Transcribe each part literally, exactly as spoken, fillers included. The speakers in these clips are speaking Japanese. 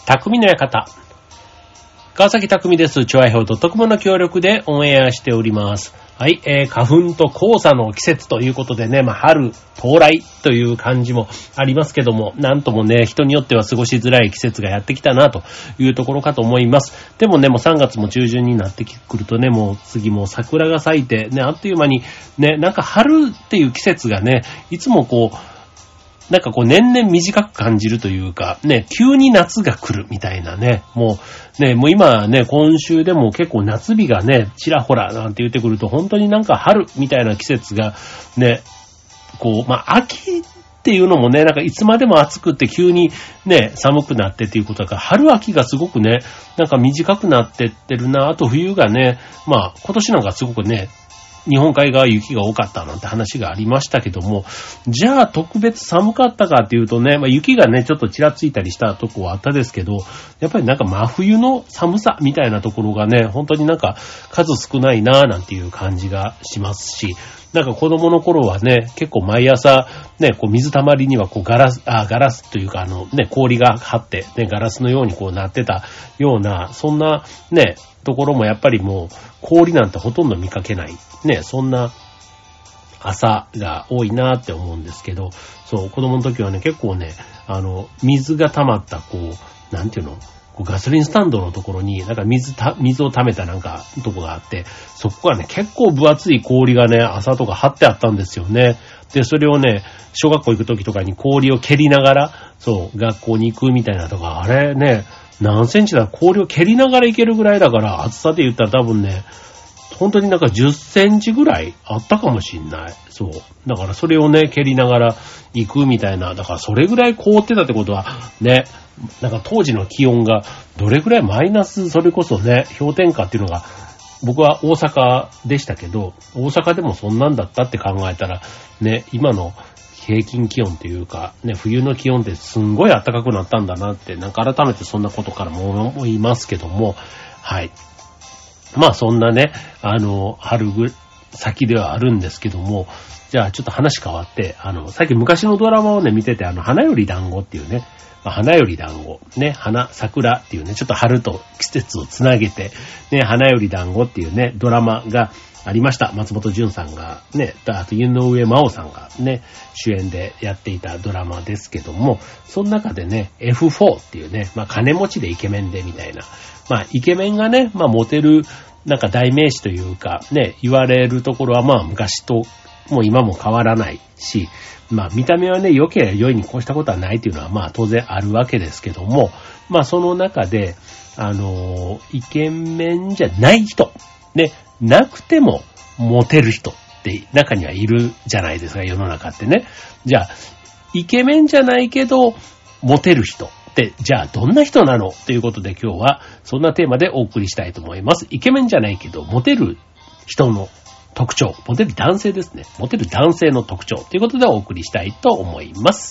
匠の館。川崎匠です。チョアヘオと特務の協力でオンエアしております。はい、えー、花粉と黄砂の季節ということでね、まあ、春到来という感じもありますけども、なんともね、人によっては過ごしづらい季節がやってきたなというところかと思います。でもね、もうさんがつも中旬になってくるとね、もう次もう桜が咲いて、ね、あっという間にね、なんか春っていう季節がね、いつもこう、なんかこう年々短く感じるというか、ね、急に夏が来るみたいなね、もうね、もう今ね、今週でも結構夏日がね、ちらほらなんて言ってくると、本当になんか春みたいな季節がね、こう、まあ秋っていうのもね、なんかいつまでも暑くって急にね、寒くなってっていうことだから、春秋がすごくね、なんか短くなってってるな、あと冬がね、まあ今年なんかすごくね、日本海側雪が多かったなんて話がありましたけども、じゃあ特別寒かったかっていうとね、まあ、雪がねちょっとちらついたりしたとこはあったですけど、やっぱりなんか真冬の寒さみたいなところがね、本当になんか数少ないなぁなんていう感じがしますし、なんか子供の頃はね、結構毎朝ね、こう水たまりにはこうガラス、あ、ガラスというかあのね、氷が張ってね、ガラスのようにこうなってたような、そんなね、ところもやっぱりもう氷なんてほとんど見かけない。ね、そんな朝が多いなって思うんですけど、そう、子供の時はね、結構ね、あの、水が溜まった、こう、なんていうの、こうガソリンスタンドのところに、なんか水た、水を溜めたなんか、とこがあって、そこがね、結構分厚い氷がね、朝とか張ってあったんですよね。で、それをね、小学校行く時とかに氷を蹴りながら、そう、学校に行くみたいなとか、あれね、何センチだ、氷を蹴りながら行けるぐらいだから、厚さで言ったら多分ね、本当になんかじゅっセンチぐらいあったかもしんない。そう。だからそれをね、蹴りながら行くみたいな。だからそれぐらい凍ってたってことは、ね、なんか当時の気温がどれぐらいマイナス、それこそね、氷点下っていうのが、僕は大阪でしたけど、大阪でもそんなんだったって考えたら、ね、今の平均気温というか、ね、冬の気温ってすんごい暖かくなったんだなって、なんか改めてそんなことからも思いますけども、はい。まあそんなね、あの、春ぐ、先ではあるんですけども、じゃあちょっと話変わって、あの、さっき昔のドラマをね、見てて、あの、花より団子っていうね、まあ、花より団子、ね、花、桜っていうね、ちょっと春と季節をつなげて、ね、花より団子っていうね、ドラマがありました。松本潤さんがね、あと井上真央さんがね、主演でやっていたドラマですけども、その中でね、エフフォー っていうね、まあ金持ちでイケメンでみたいな、まあイケメンがね、まあモテるなんか代名詞というかね、言われるところはまあ昔ともう今も変わらないし、まあ見た目はね、良ければ良いに越したことはないっていうのはまあ当然あるわけですけども、まあその中で、あの、イケメンじゃない人、ね、なくてもモテる人って中にはいるじゃないですか、世の中ってね。じゃあ、イケメンじゃないけどモテる人って、じゃあどんな人なのということで今日はそんなテーマでお送りしたいと思います。イケメンじゃないけどモテる人の特徴、モテる男性ですね。モテる男性の特徴ということでお送りしたいと思います。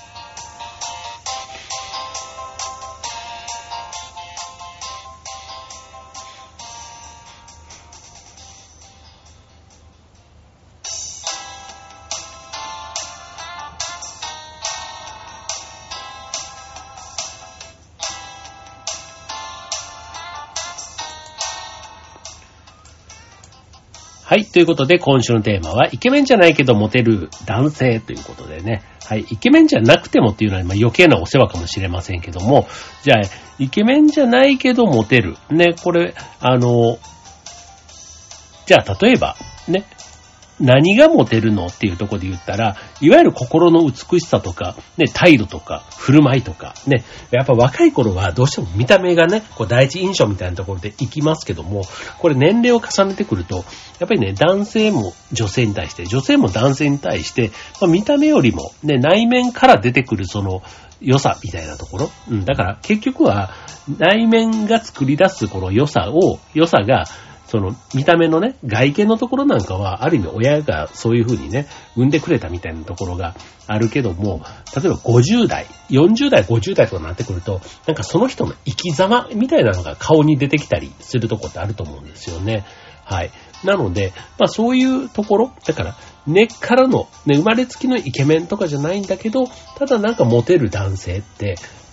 はい。ということで、今週のテーマは、イケメンじゃないけどモテる男性ということでね。はい。イケメンじゃなくてもっていうのは、まあ、余計なお世話かもしれませんけども、じゃあ、イケメンじゃないけどモテる。ね、これ、あの、じゃあ、例えば、ね、何がモテるのっていうところで言ったら、いわゆる心の美しさとか、ね、態度とか、振る舞いとか、ね、やっぱ若い頃はどうしても見た目がね、こう第一印象みたいなところで行きますけども、これ年齢を重ねてくると、やっぱりね、男性も女性に対して、女性も男性に対して、まあ、見た目よりも、ね、内面から出てくるその良さみたいなところ、うん、だから結局は内面が作り出すこの良さを、良さがその見た目のね、外見のところなんかは、ある意味親がそういう風にね、産んでくれたみたいなところがあるけども、例えばごじゅう代、よんじゅう代、ごじゅう代とかになってくると、なんかその人の生き様みたいなのが顔に出てきたりするところってあると思うんですよね。はい。なので、まあそういうところ、だから根っからの、ね、生まれつきのイケメンとかじゃないんだけど、ただなんかモテる男性って、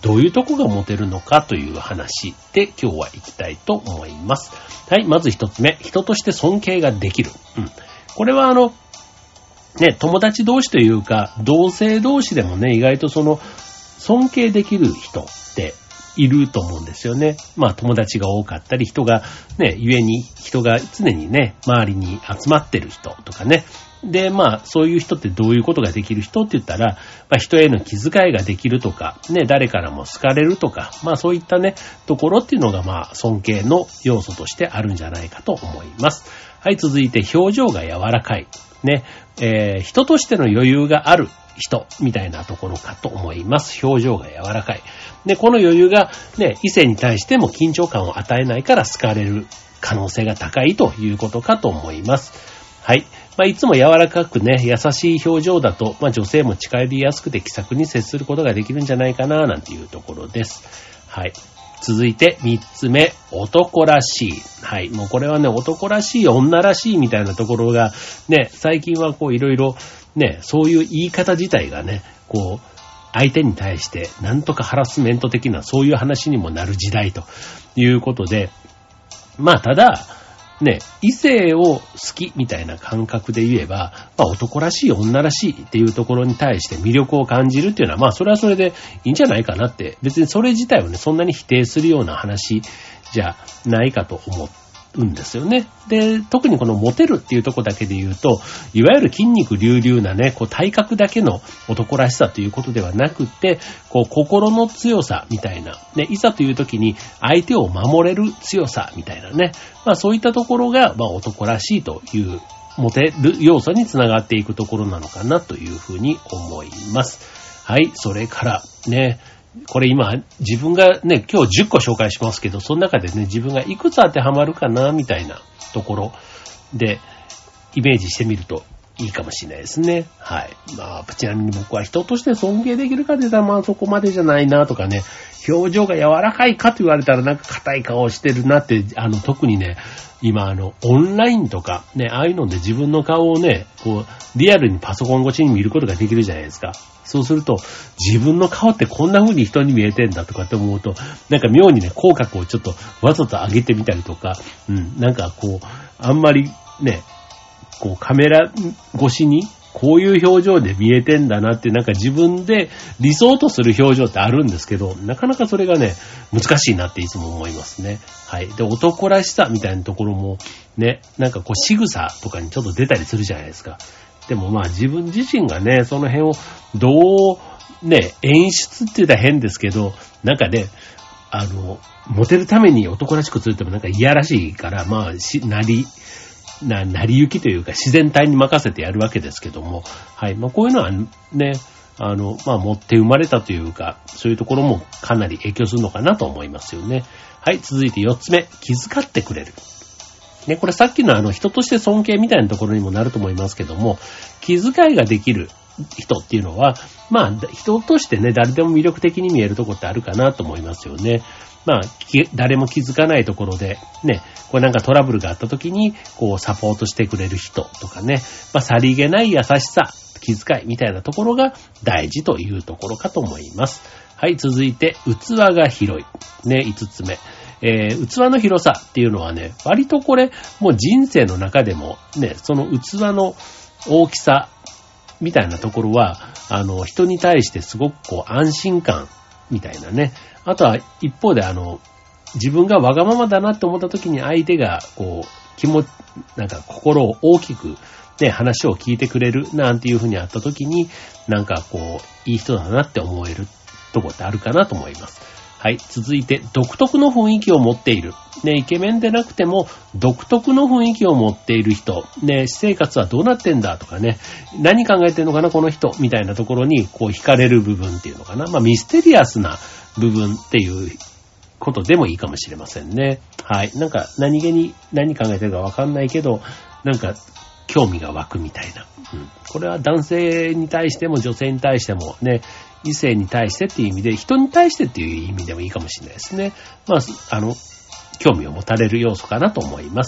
どういうとこがモテるのかという話で今日は行きたいと思います。はい、まず一つ目、人として尊敬ができる。うん。これはあの、ね、友達同士というか、同性同士でもね、意外とその、尊敬できる人っていると思うんですよね。まあ友達が多かったり、人がね、故に人が常にね、周りに集まってる人とかね。で、まあそういう人ってどういうことができる人って言ったら、まあ人への気遣いができるとか、ね、誰からも好かれるとか、まあそういったね、ところっていうのがまあ尊敬の要素としてあるんじゃないかと思います。はい、続いて表情が柔らかい。ね、えー、人としての余裕がある人みたいなところかと思います。表情が柔らかい。で、この余裕がね、異性に対しても緊張感を与えないから好かれる可能性が高いということかと思います。はい。まあ、いつも柔らかくね、優しい表情だと、まあ、女性も近寄りやすくて気さくに接することができるんじゃないかな、なんていうところです。はい。続いて三つ目、男らしい。はい。もうこれはね、男らしい、女らしいみたいなところが、ね、最近はこういろいろ、ね、そういう言い方自体がね、こう、相手に対してなんとかハラスメント的なそういう話にもなる時代ということで、まあただ、ね、異性を好きみたいな感覚で言えば、まあ男らしい、女らしいっていうところに対して魅力を感じるっていうのは、まあそれはそれでいいんじゃないかなって、別にそれ自体をね、そんなに否定するような話じゃないかと思うんですよね。で、特にこのモテるっていうところだけで言うと、いわゆる筋肉隆々なね、こう体格だけの男らしさということではなくて、こう心の強さみたいな、ね、いざという時に相手を守れる強さみたいなね、まあそういったところが、まあ男らしいというモテる要素につながっていくところなのかなというふうに思います。はい、それからね、これ今自分がね、今日じゅっこ紹介しますけど、その中でね、自分がいくつ当てはまるかなみたいなところでイメージしてみるといいかもしれないですね。はい。まあ、ちなみに僕は人として尊敬できるかって言ったらまあそこまでじゃないなとかね、表情が柔らかいかと言われたらなんか硬い顔してるなって、あの特にね、今あのオンラインとかね、ああいうので自分の顔をね、こうリアルにパソコン越しに見ることができるじゃないですか。そうすると自分の顔ってこんな風に人に見えてんだとかって思うと、なんか妙にね、口角をちょっとわざと上げてみたりとか、うん、なんかこうあんまりね、こうカメラ越しにこういう表情で見えてんだなって、なんか自分で理想とする表情ってあるんですけど、なかなかそれがね、難しいなっていつも思いますね。はい。で、男らしさみたいなところもね、なんかこう仕草とかにちょっと出たりするじゃないですか。でもまあ自分自身がね、その辺をどうね、演出って言ったら変ですけど、なんかね、あの、モテるために男らしくするってもなんかいやらしいから、まあ、し、なり、な、成り行きというか自然体に任せてやるわけですけども、はい。まあこういうのはね、あの、まあ持って生まれたというか、そういうところもかなり影響するのかなと思いますよね。はい。続いて四つ目、気遣ってくれる。ね、これさっきのあの人として尊敬みたいなところにもなると思いますけども、気遣いができる人っていうのは、まあ人としてね、誰でも魅力的に見えるところってあるかなと思いますよね。まあ、誰も気づかないところで、ね、これなんかトラブルがあった時に、こうサポートしてくれる人とかね、まあ、さりげない優しさ、気遣いみたいなところが大事というところかと思います。はい、続いて、器が広い。ね、五つ目。えー、器の広さっていうのはね、割とこれ、もう人生の中でも、ね、その器の大きさみたいなところは、あの、人に対してすごくこう安心感みたいなね、あとは一方であの、自分がわがままだなって思った時に相手がこう、気持ち、なんか心を大きくね、話を聞いてくれるなんていう風にあった時に、なんかこう、いい人だなって思えるとこってあるかなと思います。はい。続いて、独特の雰囲気を持っている。ね、イケメンでなくても、独特の雰囲気を持っている人。ね、私生活はどうなってんだとかね、何考えてんのかな、この人。みたいなところに、こう、惹かれる部分っていうのかな。まあ、ミステリアスな部分っていうことでもいいかもしれませんね。はい。なんか、何気に何考えてるかわかんないけど、なんか、興味が湧くみたいな。うん。これは男性に対しても女性に対してもね、異性に対してっていう意味で、人に対してっていう意味でもいいかもしれないですね。まあ、あの、興味を持たれる要素かなと思います。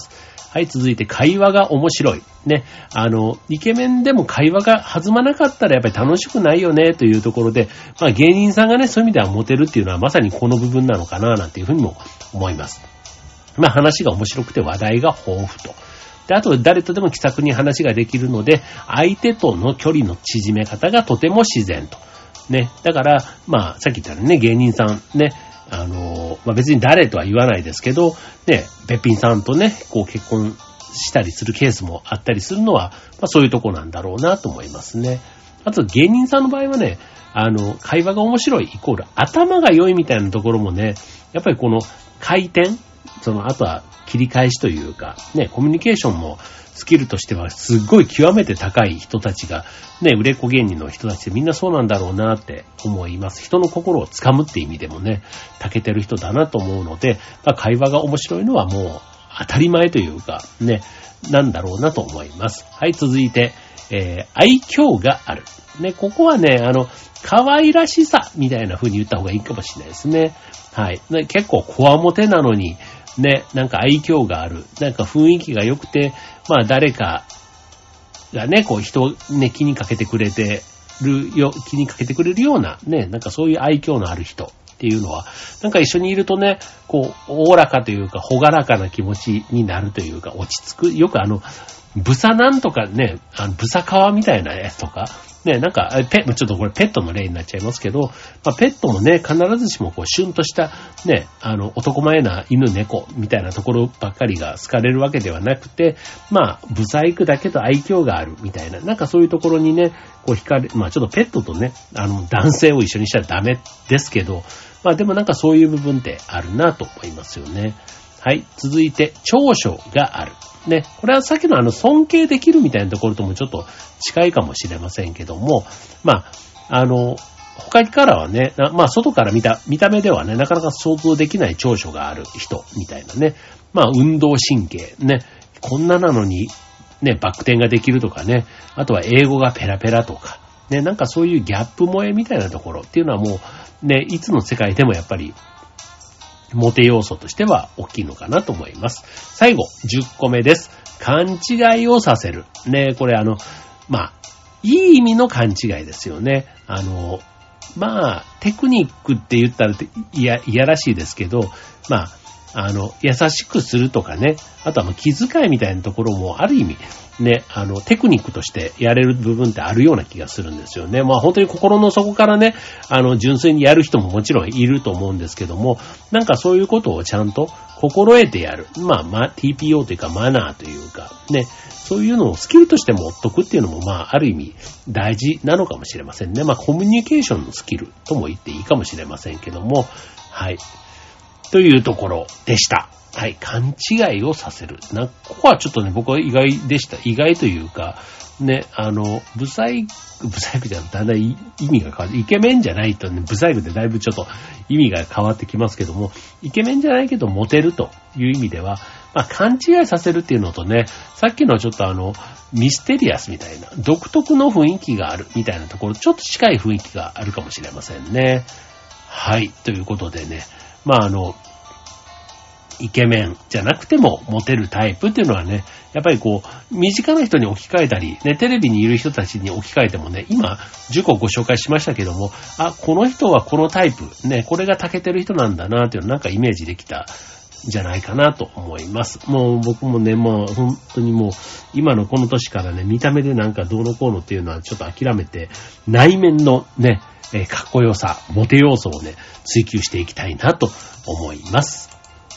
はい、続いて会話が面白い。ね、あの、イケメンでも会話が弾まなかったらやっぱり楽しくないよねというところで、まあ芸人さんがね、そういう意味ではモテるっていうのはまさにこの部分なのかななんていうふうにも思います。まあ話が面白くて話題が豊富と。で、あと誰とでも気さくに話ができるので、相手との距離の縮め方がとても自然と。ね、だから、まあさっき言ったようにね、芸人さんね、あの、まあ別に誰とは言わないですけど、ね、べっぴんさんとね、こう結婚したりするケースもあったりするのは、まあそういうとこなんだろうなと思いますね。あと芸人さんの場合はね、あの、会話が面白いイコール頭が良いみたいなところもね、やっぱりこの回転、その、あとは切り返しというか、ね、コミュニケーションのスキルとしてはすっごい極めて高い人たちが、ね、売れっ子芸人の人たちでみんなそうなんだろうなって思います。人の心をつかむって意味でもね、長けてる人だなと思うので、まあ、会話が面白いのはもう当たり前というか、ね、なんだろうなと思います。はい、続いて、えー、愛嬌がある。ね、ここはね、あの、可愛らしさみたいな風に言った方がいいかもしれないですね。はい。ね、結構コアモテなのに、ね、なんか愛嬌がある。なんか雰囲気が良くて、まあ誰かがね、こう人をね、気にかけてくれてるよ、気にかけてくれるような、ね、なんかそういう愛嬌のある人っていうのは、なんか一緒にいるとね、こう、おおらかというか、ほがらかな気持ちになるというか、落ち着く。よくあの、ブサなんとかね、あの、ブサカワみたいなやつとか、ね、なんか、ペちょっとこれペットの例になっちゃいますけど、まあ、ペットもね、必ずしもこう、シュンとした、ね、あの、男前な犬猫みたいなところばっかりが好かれるわけではなくて、まあ、ブサイクだけど愛嬌があるみたいな、なんかそういうところにね、こう、惹かれ、まあ、ちょっとペットとね、あの、男性を一緒にしたらダメですけど、まあ、でもなんかそういう部分ってあるなと思いますよね。はい。続いて、長所がある。ね。これはさっきのあの、尊敬できるみたいなところともちょっと近いかもしれませんけども、まあ、あの、他からはね、まあ、外から見た、見た目ではね、なかなか想像できない長所がある人みたいなね。まあ、運動神経、ね。こんななのに、ね、バク転ができるとかね。あとは英語がペラペラとか。ね、なんかそういうギャップ萌えみたいなところっていうのはもう、ね、いつの世界でもやっぱり、モテ要素としては大きいのかなと思います。最後、じゅっこめです。勘違いをさせる。ね、これあの、まあ、いい意味の勘違いですよね。あの、まあ、テクニックって言ったらいや、いやらしいですけど、まあ、あの、優しくするとかね、あとは気遣いみたいなところもある意味、ね、あの、テクニックとしてやれる部分ってあるような気がするんですよね。まあ本当に心の底からね、あの、純粋にやる人ももちろんいると思うんですけども、なんかそういうことをちゃんと心得てやる。まあ、まあ、ティーピーオー というかマナーというか、ね、そういうのをスキルとして持っとくっていうのも、まあ、ある意味大事なのかもしれませんね。まあ、コミュニケーションのスキルとも言っていいかもしれませんけども、はい。というところでした。はい。勘違いをさせる。な、ここはちょっとね、僕は意外でした。意外というか、ね、あの、ブサイク、ブサイクじゃだんだん意味が変わる。イケメンじゃないとね、ブサイクでだいぶちょっと意味が変わってきますけども、イケメンじゃないけどモテるという意味では、まあ勘違いさせるっていうのとね、さっきのちょっとあの、ミステリアスみたいな、独特の雰囲気があるみたいなところ、ちょっと近い雰囲気があるかもしれませんね。はい。ということでね、まああの、イケメンじゃなくてもモテるタイプっていうのはね、やっぱりこう、身近な人に置き換えたり、ね、テレビにいる人たちに置き換えてもね、今、じゅっこご紹介しましたけども、あ、この人はこのタイプ、ね、これが長けてる人なんだなっていうのなんかイメージできたんじゃないかなと思います。もう僕もね、もう本当にもう、今のこの年からね、見た目でなんかどうのこうのっていうのはちょっと諦めて、内面のね、えー、かっこよさ、モテ要素をね、追求していきたいなと思います。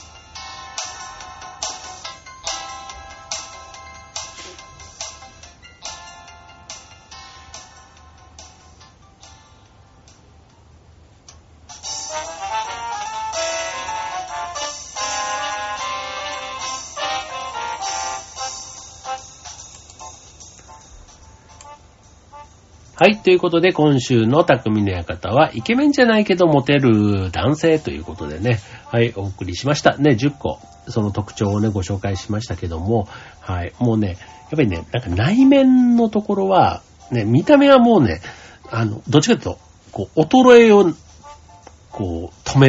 はい。ということで、今週の匠の館は、イケメンじゃないけどモテる男性ということでね、はい、お送りしました。ね、じゅっこ、その特徴をね、ご紹介しましたけども、はい。もうね、やっぱりね、なんか内面のところは、ね、見た目はもうね、あの、どっちかというと、こう、衰えを、こう、止める。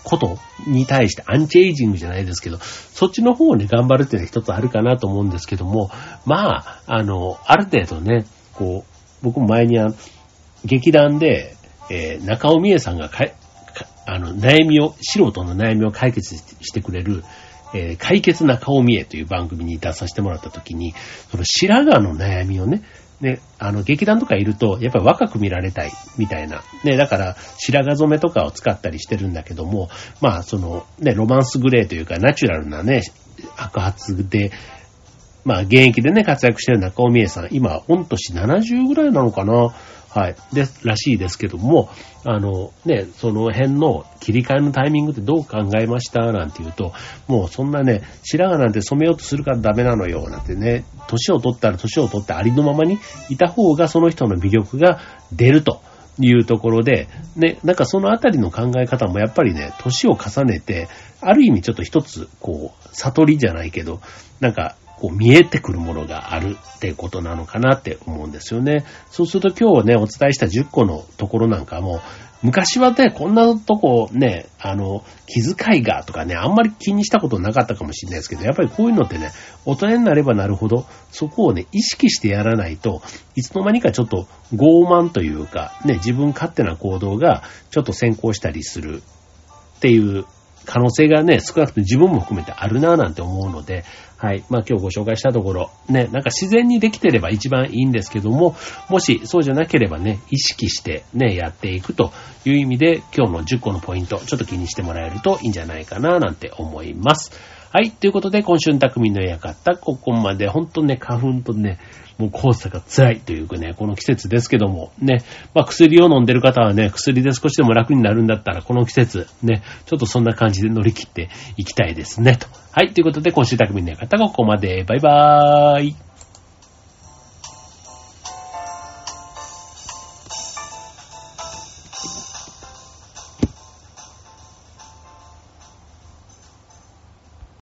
ことに対してアンチエイジングじゃないですけど、そっちの方をね、頑張るっていうのは一つあるかなと思うんですけども、まあ、あの、ある程度ね、こう、僕も前にあの、劇団で、えー、中尾美恵さんがかい、かあの、悩みを、素人の悩みを解決してくれる、えー、解決中尾美恵という番組に出させてもらったときに、その白髪の悩みをね、ね、あの、劇団とかいると、やっぱり若く見られたい、みたいな。ね、だから、白髪染めとかを使ったりしてるんだけども、まあ、その、ね、ロマンスグレーというか、ナチュラルなね、白髪で、まあ、現役でね、活躍してる中尾美恵さん、今、御年ななじゅうぐらいなのかな。はい。で、らしいですけども、あの、ね、その辺の切り替えのタイミングってどう考えましたなんて言うと、もうそんなね、白髪なんて染めようとするからダメなのよ、なんてね、年を取ったら年を取ってありのままにいた方がその人の魅力が出るというところで、ね、なんかそのあたりの考え方もやっぱりね、年を重ねて、ある意味ちょっと一つ、こう、悟りじゃないけど、なんか、こう見えてくるものがあるってことなのかなって思うんですよね。そうすると今日ね、お伝えしたじゅっこのところなんかも、昔はね、こんなとこね、あの、気遣いがとかね、あんまり気にしたことなかったかもしれないですけど、やっぱりこういうのってね、大人になればなるほど、そこをね、意識してやらないと、いつの間にかちょっと傲慢というか、ね、自分勝手な行動がちょっと先行したりするっていう可能性がね、少なくとも自分も含めてあるなぁなんて思うので、はい。まあ今日ご紹介したところ、ね、なんか自然にできてれば一番いいんですけども、もしそうじゃなければね、意識してね、やっていくという意味で、今日のじゅっこのポイント、ちょっと気にしてもらえるといいんじゃないかななんて思います。はい。ということで、今週の匠の館、ここまで、ほんとね、花粉とね、もう黄砂が辛いというかね、この季節ですけども、ね、まあ薬を飲んでる方はね、薬で少しでも楽になるんだったら、この季節、ね、ちょっとそんな感じで乗り切っていきたいですね、と。はい。ということで、今週匠の館、ここまで。バイバーイ。